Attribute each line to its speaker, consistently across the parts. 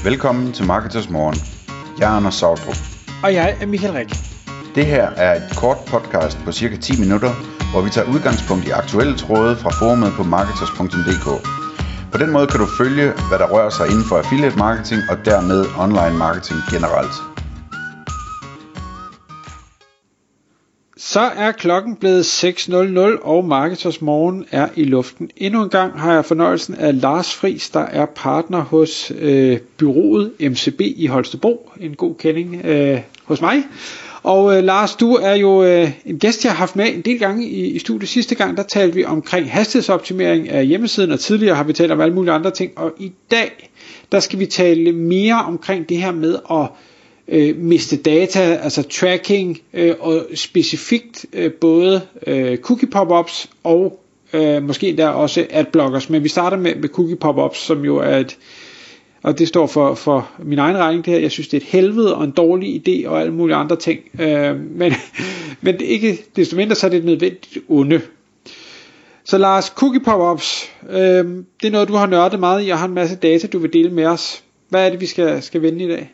Speaker 1: Velkommen til Marketers Morgen. Jeg er Anders Sautrup.
Speaker 2: Og jeg er Michael Rik.
Speaker 1: Det her er et kort podcast på cirka 10 minutter, hvor vi tager udgangspunkt i aktuelle tråde fra forumet på marketers.dk. På den måde kan du følge, hvad der rører sig inden for affiliate marketing og dermed online marketing generelt.
Speaker 2: Så er klokken blevet 6:00, og Marketers Morgen er i luften. Endnu en gang har jeg fornøjelsen af Lars Friis, der er partner hos bureauet MCB i Holstebro. En god kending hos mig. Og Lars, du er jo en gæst, jeg har haft med en del gange i studiet. Sidste gang, der talte vi omkring hastighedsoptimering af hjemmesiden, og tidligere har vi talt om alle mulige andre ting. Og i dag, der skal vi tale mere omkring det her med at miste data, altså tracking, og specifikt både cookie pop-ups og måske endda også adblockers. Men vi starter med cookie pop-ups, som jo er og det står for min egen regning det her. Jeg synes, det er et helvede og en dårlig idé og alle mulige andre ting. Men ikke desto mindre, så er det et nødvendigt onde. Så Lars, cookie pop-ups, det er noget, du har nørdet meget i, og har en masse data, du vil dele med os. Hvad er det, vi skal vende i dag?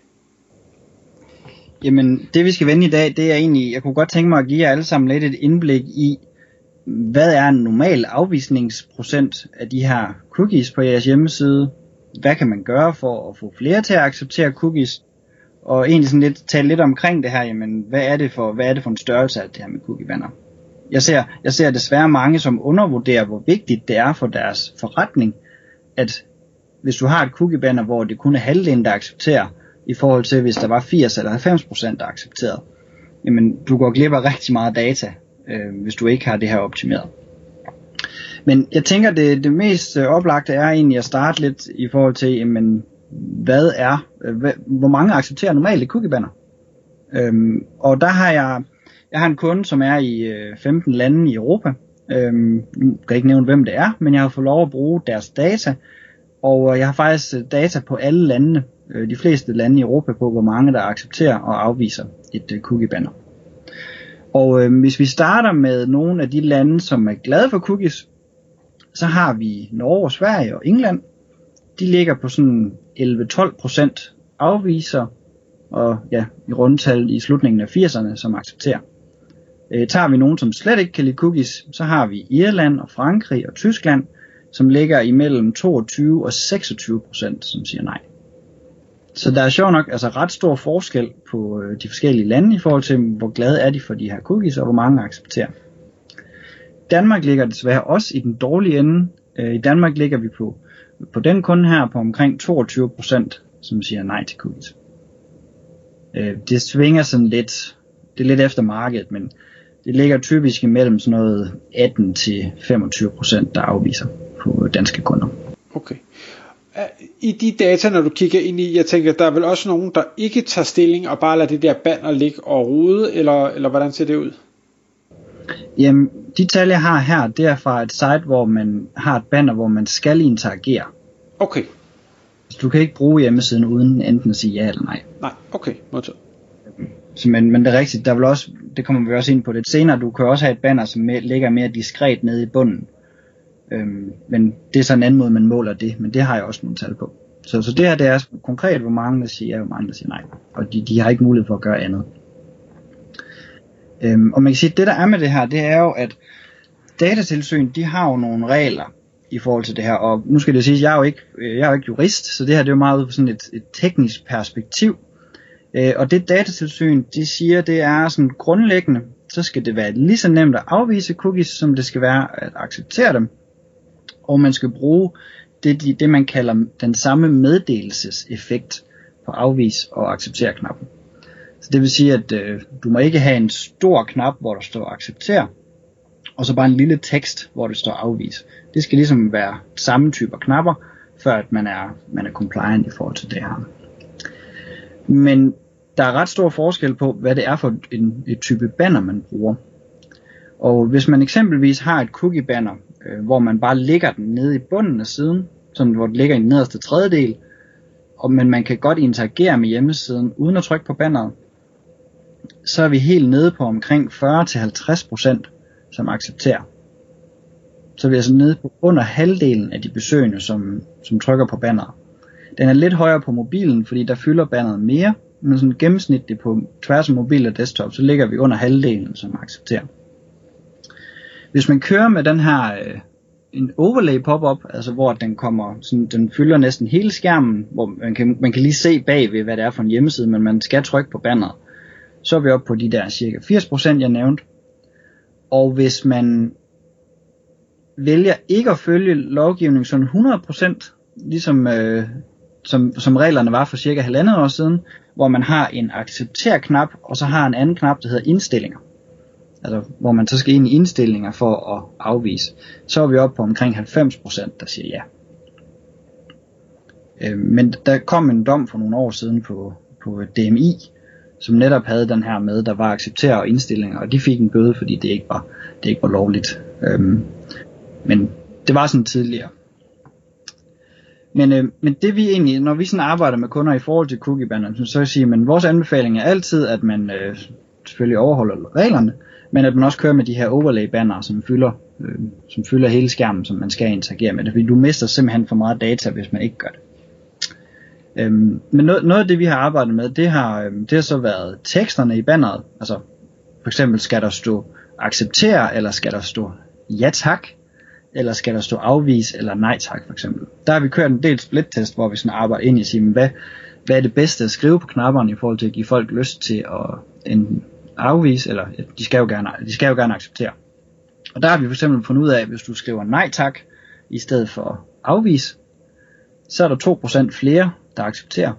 Speaker 3: Jamen, det vi skal vende i dag, det er egentlig, jeg kunne godt tænke mig at give jer alle sammen lidt et indblik i, hvad er en normal afvisningsprocent af de her cookies på jeres hjemmeside? Hvad kan man gøre for at få flere til at acceptere cookies? Og egentlig sådan tale lidt omkring det her, jamen, hvad er det for en størrelse af det her med cookie-banner? Jeg ser desværre mange, som undervurderer, hvor vigtigt det er for deres forretning, at hvis du har et cookie-banner, hvor det kun er halvdelen, der accepterer, i forhold til hvis der var 80 eller 90% der accepterede, jamen du går glip af rigtig meget data, hvis du ikke har det her optimeret. Men jeg tænker, det mest oplagte er egentlig at starte lidt i forhold til, jamen, hvor mange accepterer normalt et cookie-banner? Og der har jeg har en kunde, som er i 15 lande i Europa. Jeg kan ikke nævne, hvem det er, men jeg har fået lov at bruge deres data, og jeg har faktisk data på alle landene, de fleste lande i Europa, på hvor mange der accepterer og afviser et cookie-banner. Og hvis vi starter med nogle af de lande, som er glade for cookies, så har vi Norge, Sverige og England. De ligger på sådan 11-12% afviser, og ja, i rundtal i slutningen af 80'erne, som accepterer. Tager vi nogen, som slet ikke kan lide cookies, så har vi Irland og Frankrig og Tyskland, som ligger imellem 22 og 26%, som siger nej. Så der er sjovt nok altså ret stor forskel på de forskellige lande i forhold til, hvor glade er de for de her cookies, og hvor mange accepterer. Danmark ligger desværre også i den dårlige ende. I Danmark ligger vi på den kunde her på omkring 22%, som siger nej til cookies. Det svinger sådan lidt, det er lidt efter markedet, men det ligger typisk imellem sådan noget 18 til 25%, der afviser på danske kunder.
Speaker 2: Okay. I de data, når du kigger ind i, jeg tænker, der er vel også nogen, der ikke tager stilling og bare lader det der banner ligge og rode, eller hvordan ser det ud?
Speaker 3: Jamen, de tal jeg har her, det er fra et site, hvor man har et banner, hvor man skal interagere.
Speaker 2: Okay.
Speaker 3: Så du kan ikke bruge hjemmesiden uden enten at sige ja eller nej.
Speaker 2: Nej, okay, modtaget.
Speaker 3: Men det er rigtigt, der vil også, det kommer vi også ind på lidt senere, du kan også have et banner, som ligger mere diskret nede i bunden. Men det er så en anden måde, man måler det, men det har jeg også nogle tal på. Så det her, det er konkret, hvor mange der siger ja, hvor mange der siger nej. Og de har ikke mulighed for at gøre andet. Og man kan sige, at det der er med det her, det er jo, at Datatilsyn, de har jo nogle regler i forhold til det her. Og nu skal det sige, at jeg er jo ikke jurist, så det her det er jo meget ud fra sådan et teknisk perspektiv. Og det Datatilsyn, de siger, det er sådan grundlæggende, så skal det være lige så nemt at afvise cookies, som det skal være at acceptere dem. Og man skal bruge det man kalder den samme meddelelseseffekt på afvis og acceptere knappen. Så det vil sige, at du må ikke have en stor knap, hvor der står accepter, og så bare en lille tekst, hvor der står afvis. Det skal ligesom være samme typer knapper, før at man er compliant i forhold til det her. Men der er ret stor forskel på, hvad det er for et type banner, man bruger. Og hvis man eksempelvis har et cookie banner, hvor man bare lægger den nede i bunden af siden, sådan hvor det ligger i den nederste tredjedel, men man kan godt interagere med hjemmesiden uden at trykke på banneret, så er vi helt nede på omkring 40-50%, som accepterer. Så er vi altså nede på under halvdelen af de besøgende, som trykker på banneret. Den er lidt højere på mobilen, fordi der fylder banneret mere, men sådan gennemsnitligt på tværs af mobil og desktop, så ligger vi under halvdelen, som accepterer. Hvis man kører med den her en overlay pop-up, altså hvor den kommer, sådan, den fylder næsten hele skærmen, hvor man kan lige se bagved, hvad det er for en hjemmeside, men man skal trykke på banneret, så er vi oppe på de der cirka 80%, jeg nævnte. Og hvis man vælger ikke at følge lovgivningen sådan 100%, ligesom som reglerne var for cirka 1,5 år siden, hvor man har en accepter-knap, og så har en anden knap, der hedder indstillinger. Altså, hvor man så skal ind i indstillinger for at afvise. Så er vi oppe på omkring 90%, der siger ja. Men der kom en dom for nogle år siden på DMI, som netop havde den her med, der var accepter og indstillinger, og de fik en bøde, fordi det ikke var lovligt. Men det var sådan tidligere. Men det vi egentlig, når vi sådan arbejder med kunder i forhold til cookie-bannerne, så siger man, vores anbefaling er altid, at man selvfølgelig overholder reglerne, men at man også kører med de her overlay-bannere, som fylder hele skærmen, som man skal interagere med det, fordi du mister simpelthen for meget data, hvis man ikke gør det. Men noget af det vi har arbejdet med, det har så været teksterne i banneret. Altså for eksempel skal der stå acceptere, eller skal der stå ja tak, eller skal der stå afvis eller nej tak for eksempel. Der har vi kørt en del split-test, hvor vi sådan arbejder ind i at sige, hvad er det bedste at skrive på knapperne i forhold til at give folk lyst til at enten afvise, eller de skal jo gerne acceptere. Og der har vi for eksempel fundet ud af, at hvis du skriver nej tak i stedet for afvis, så er der 2% flere, der accepterer.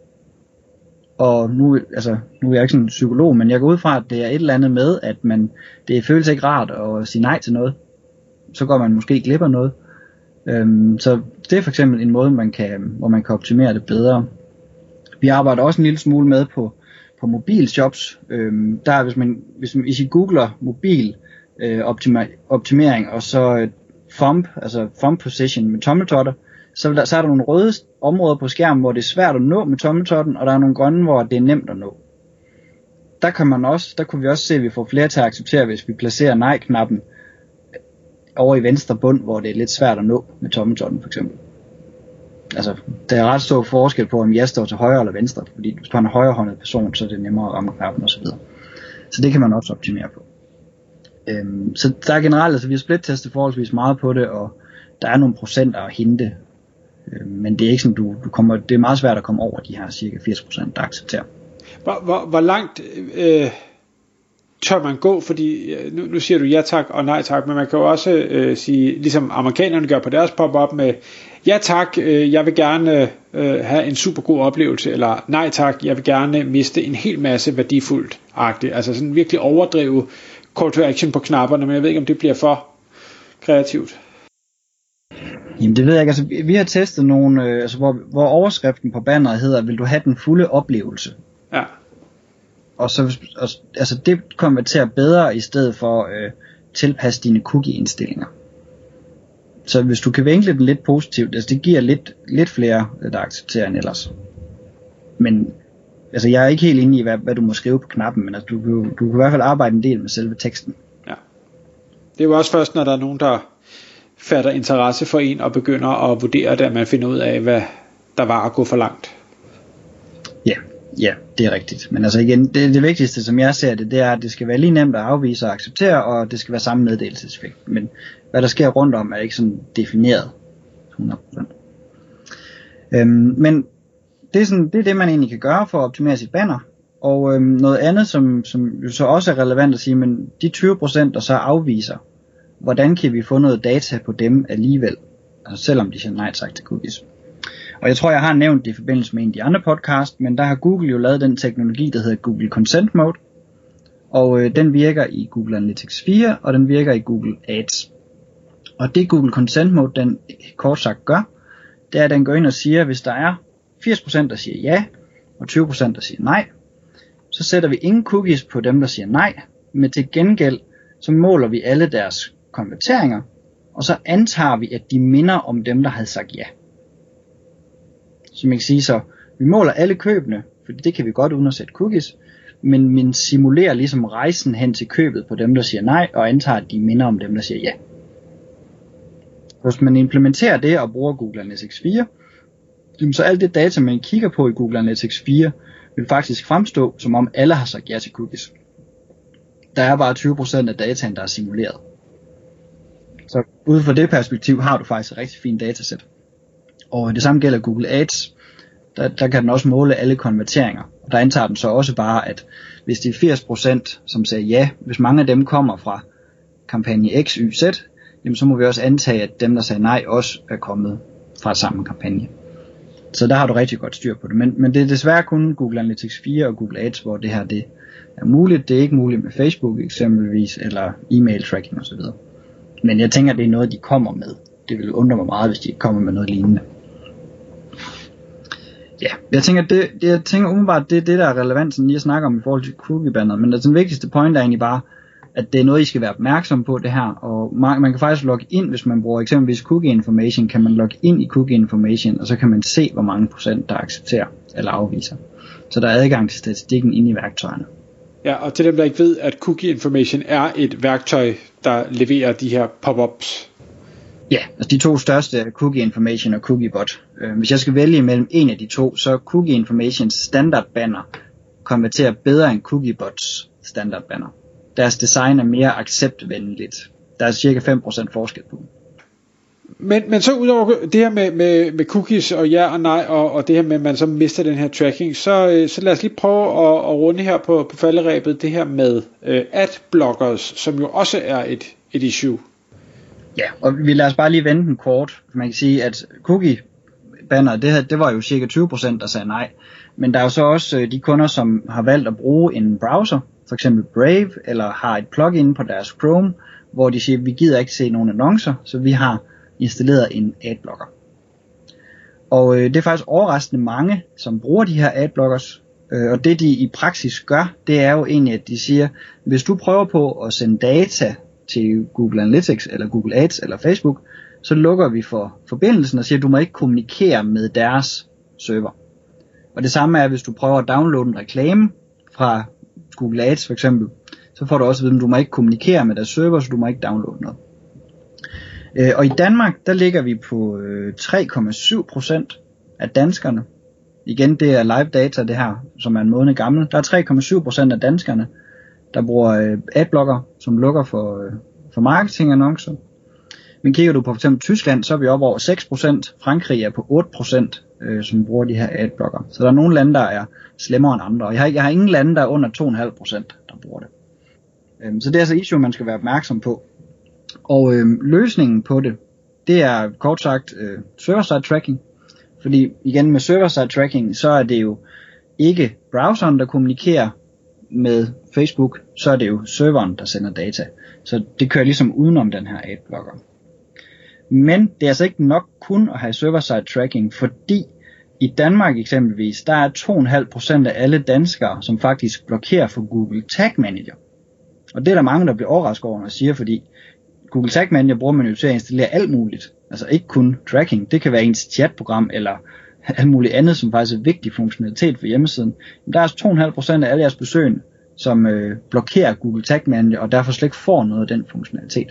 Speaker 3: Og nu er jeg ikke sådan en psykolog, men jeg går ud fra, at det er et eller andet med, at det føles ikke rart at sige nej til noget. Så går man måske glip af noget. Så det er for eksempel en måde, hvor man kan optimere det bedre. Vi arbejder også en lille smule med på mobilshops. Der hvis I googler mobil optimering og så thumb position med tommeltotter, så er der nogle røde områder på skærmen, hvor det er svært at nå med tommeltotten, og der er nogle grønne, hvor det er nemt at nå. Der kunne vi også se, at vi får flere til at acceptere, hvis vi placerer nej-knappen over i venstre bund, hvor det er lidt svært at nå med tommeltotten for eksempel. Altså, der er ret stor forskel på, om jeg står til højre eller venstre, fordi hvis du har en højrehåndet person, så er det nemmere at ramme knappen osv. Så det kan man også optimere på. Så der er generelt, altså vi har split-testet forholdsvis meget på det, og der er nogle procenter at hente, men det er ikke sådan, det er meget svært at komme over de her cirka 80%, der accepterer.
Speaker 2: Hvor langt tør man gå, fordi nu siger du ja tak og nej tak, men man kan jo også sige, ligesom amerikanerne gør på deres pop-up med ja tak, jeg vil gerne have en super god oplevelse, eller nej tak, jeg vil gerne miste en hel masse værdifuldt-agtigt, altså sådan virkelig overdrive call to action på knapperne, men jeg ved ikke, om det bliver for kreativt.
Speaker 3: Jamen det ved jeg ikke, altså vi har testet nogle, hvor overskriften på banneret hedder, vil du have den fulde oplevelse?
Speaker 2: Ja.
Speaker 3: Og så det konverterer bedre i stedet for tilpasse dine cookie-indstillinger. Så hvis du kan vinkle den lidt positivt, altså det giver lidt flere, der accepterer end ellers. Men altså jeg er ikke helt inde i, hvad du må skrive på knappen, men altså, du kan i hvert fald arbejde en del med selve teksten. Ja.
Speaker 2: Det er jo også først, når der er nogen, der fatter interesse for en og begynder at vurdere det, at man finder ud af, hvad der var at gå for langt.
Speaker 3: Ja, det er rigtigt. Men altså igen, det vigtigste, som jeg ser det, er, at det skal være lige nemt at afvise og acceptere, og det skal være samme meddelelseseffekt. Men hvad der sker rundt om, er ikke sådan defineret 100%. Men det er det, man egentlig kan gøre for at optimere sit banner. Og noget andet, som så også er relevant at sige, men de 20%, der så afviser, hvordan kan vi få noget data på dem alligevel? Altså selvom de siger nej tak til cookies. Og jeg tror, jeg har nævnt det i forbindelse med en af de andre podcast, men der har Google jo lavet den teknologi, der hedder Google Consent Mode. Og den virker i Google Analytics 4, og den virker i Google Ads. Og det Google Consent Mode, den kort sagt gør, det er, at den går ind og siger, hvis der er 80%, der siger ja, og 20%, der siger nej, så sætter vi ingen cookies på dem, der siger nej, men til gengæld, så måler vi alle deres konverteringer, og så antager vi, at de minder om dem, der havde sagt ja. Så man kan sige så, vi måler alle købene, for det kan vi godt uden at sætte cookies, men simulerer ligesom rejsen hen til købet på dem, der siger nej, og antager, at de minder om dem, der siger ja. Hvis man implementerer det og bruger Google Analytics 4, så alt det data, man kigger på i Google Analytics 4, vil faktisk fremstå, som om alle har sagt ja til cookies. Der er bare 20% af dataen, der er simuleret. Så ud fra det perspektiv har du faktisk et rigtig fint datasæt. Og det samme gælder Google Ads. Der kan den også måle alle konverteringer. Og der antager den så også bare, at hvis det er 80%, som siger ja, hvis mange af dem kommer fra kampagne X, Y, Z, jamen så må vi også antage, at dem, der sagde nej, også er kommet fra samme kampagne. Så der har du rigtig godt styr på det. Men det er desværre kun Google Analytics 4 og Google Ads, hvor det her det er muligt. Det er ikke muligt med Facebook eksempelvis, eller e-mail tracking osv. Men jeg tænker, det er noget, de kommer med. Det vil undre mig meget, hvis de ikke kommer med noget lignende. Ja, jeg tænker umiddelbart, det er det, der er relevant sådan lige at snakke om i forhold til cookie-bandet. Men den vigtigste point er egentlig bare, at det er noget, I skal være opmærksom på det her. Og man kan faktisk logge ind, hvis man bruger eksempelvis cookie information, kan man logge ind i cookie information, og så kan man se, hvor mange procent, der accepterer eller afviser. Så der er adgang til statistikken inde i værktøjerne.
Speaker 2: Ja, og til dem, der ikke ved, at cookie information er et værktøj, der leverer de her pop-ups.
Speaker 3: Ja, altså de to største er cookie information og cookiebot. Hvis jeg skal vælge mellem en af de to, så cookie informations standard banner konverterer bedre end cookiebots standard banner. Deres design er mere acceptvenligt. Der er cirka 5% forskel på dem.
Speaker 2: Men så udover det her med cookies og ja og nej, og det her med, at man så mister den her tracking, så lad os lige prøve at runde her på falderæbet det her med adblockers, som jo også er et issue.
Speaker 3: Ja, og vi lader os bare lige vende den kort. Man kan sige, at cookie-banner, det var jo cirka 20%, der sagde nej. Men der er jo så også de kunder, som har valgt at bruge en browser, for eksempel Brave, eller har et plugin på deres Chrome, hvor de siger, at vi gider ikke se nogen annoncer, så vi har installeret en adblocker. Og det er faktisk overraskende mange, som bruger de her adblockers, og det de i praksis gør, det er jo egentlig, at de siger, hvis du prøver på at sende data til Google Analytics, eller Google Ads, eller Facebook, så lukker vi for forbindelsen og siger, at du må ikke kommunikere med deres server. Og det samme er, hvis du prøver at downloade en reklame fra Google Ads for eksempel, så får du også at vide, at du må ikke kommunikere med deres server, så du må ikke downloade noget. Og i Danmark, der ligger vi på 3,7% af danskerne. Igen, det er live data, det her, som er en måned gammel. Der er 3,7% af danskerne, der bruger adblocker, som lukker for marketingannoncer. Men kigger du på f.eks. Tyskland, så er vi oppe over 6%. Frankrig er på 8%, som bruger de her adblocker. Så der er nogle lande, der er slemmere end andre. Og jeg har ingen lande, der er under 2,5%, der bruger det. Så det er altså issue, man skal være opmærksom på. Og løsningen på det, det er kort sagt server-side tracking. Fordi igen med server-side tracking, så er det jo ikke browseren, der kommunikerer med Facebook, så er det jo serveren, der sender data. Så det kører ligesom udenom den her adblocker. Men det er altså ikke nok kun at have server-side tracking, fordi i Danmark eksempelvis, der er 2,5% af alle danskere, som faktisk blokerer for Google Tag Manager. Og det er der mange, der bliver overrasket over, når jeg siger, fordi Google Tag Manager bruger man jo til at installere alt muligt. Altså ikke kun tracking, det kan være ens chatprogram eller alt muligt andet, som faktisk er vigtig funktionalitet for hjemmesiden. Men der er altså 2,5% af alle jeres besøgende, som blokerer Google Tag Manager, og derfor slet ikke får noget af den funktionalitet.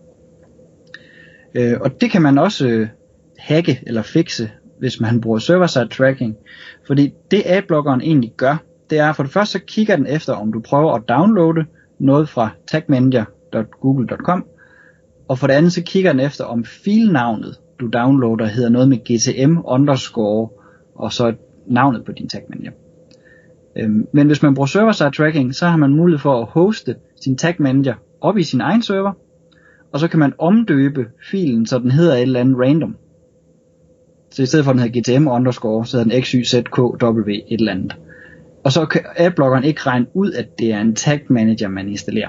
Speaker 3: Og det kan man også hacke eller fixe, hvis man bruger server-side tracking. Fordi det adblockeren egentlig gør, det er for det første, så kigger den efter, om du prøver at downloade noget fra tagmanager.google.com, og for det andet, så kigger den efter, om filnavnet, du downloader, hedder noget med GTM underscore, og så navnet på din Tag Manager. Men hvis man bruger server-side tracking, så har man mulighed for at hoste sin Tag Manager op i sin egen server, og så kan man omdøbe filen, så den hedder et eller andet random. Så i stedet for at den hedder GTM underscore, så hedder den XYZKW et eller andet. Og så kan adblockeren ikke regne ud, at det er en Tag Manager, man installerer.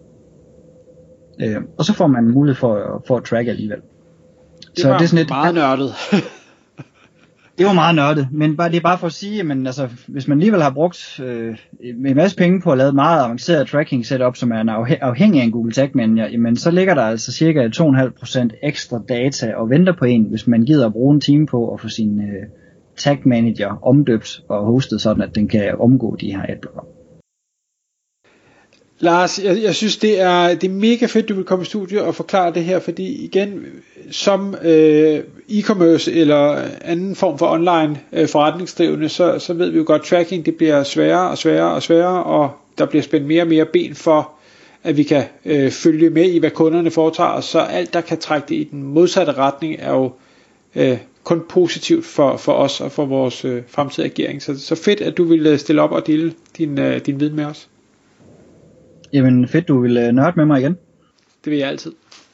Speaker 3: Og så får man mulighed for at tracke alligevel.
Speaker 2: Det var sådan meget nørdet.
Speaker 3: Det var meget nørdet, men det er bare for at sige, men altså, hvis man alligevel har brugt en masse penge på at lave et meget avanceret tracking setup, som er afhængig af en Google Tag Manager, jamen så ligger der altså cirka 2,5% ekstra data og venter på en, hvis man gider at bruge en time på at få sin Tag Manager omdøbt og hostet, sådan at den kan omgå de her adblocker.
Speaker 2: Lars, jeg synes det er mega fedt, du vil komme i studiet og forklare det her, fordi igen, som e-commerce eller anden form for online forretningsdrivende, så ved vi jo godt, tracking det bliver sværere og sværere og sværere, og der bliver spændt mere og mere ben for, at vi kan følge med i, hvad kunderne foretager os, så alt der kan trække det i den modsatte retning, er jo kun positivt for os og for vores fremtidige agering. Så fedt, at du vil stille op og dele din viden med os.
Speaker 3: Jamen fedt, du vil nørde med mig igen.
Speaker 2: Det vil jeg altid.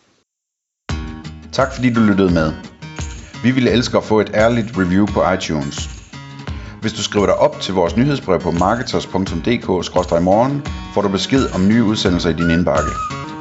Speaker 1: Tak fordi du lyttede med. Vi ville elske at få et ærligt review på iTunes. Hvis du skriver dig op til vores nyhedsbrev på marketers.dk/morgen, får du besked om nye udsendelser i din indbakke.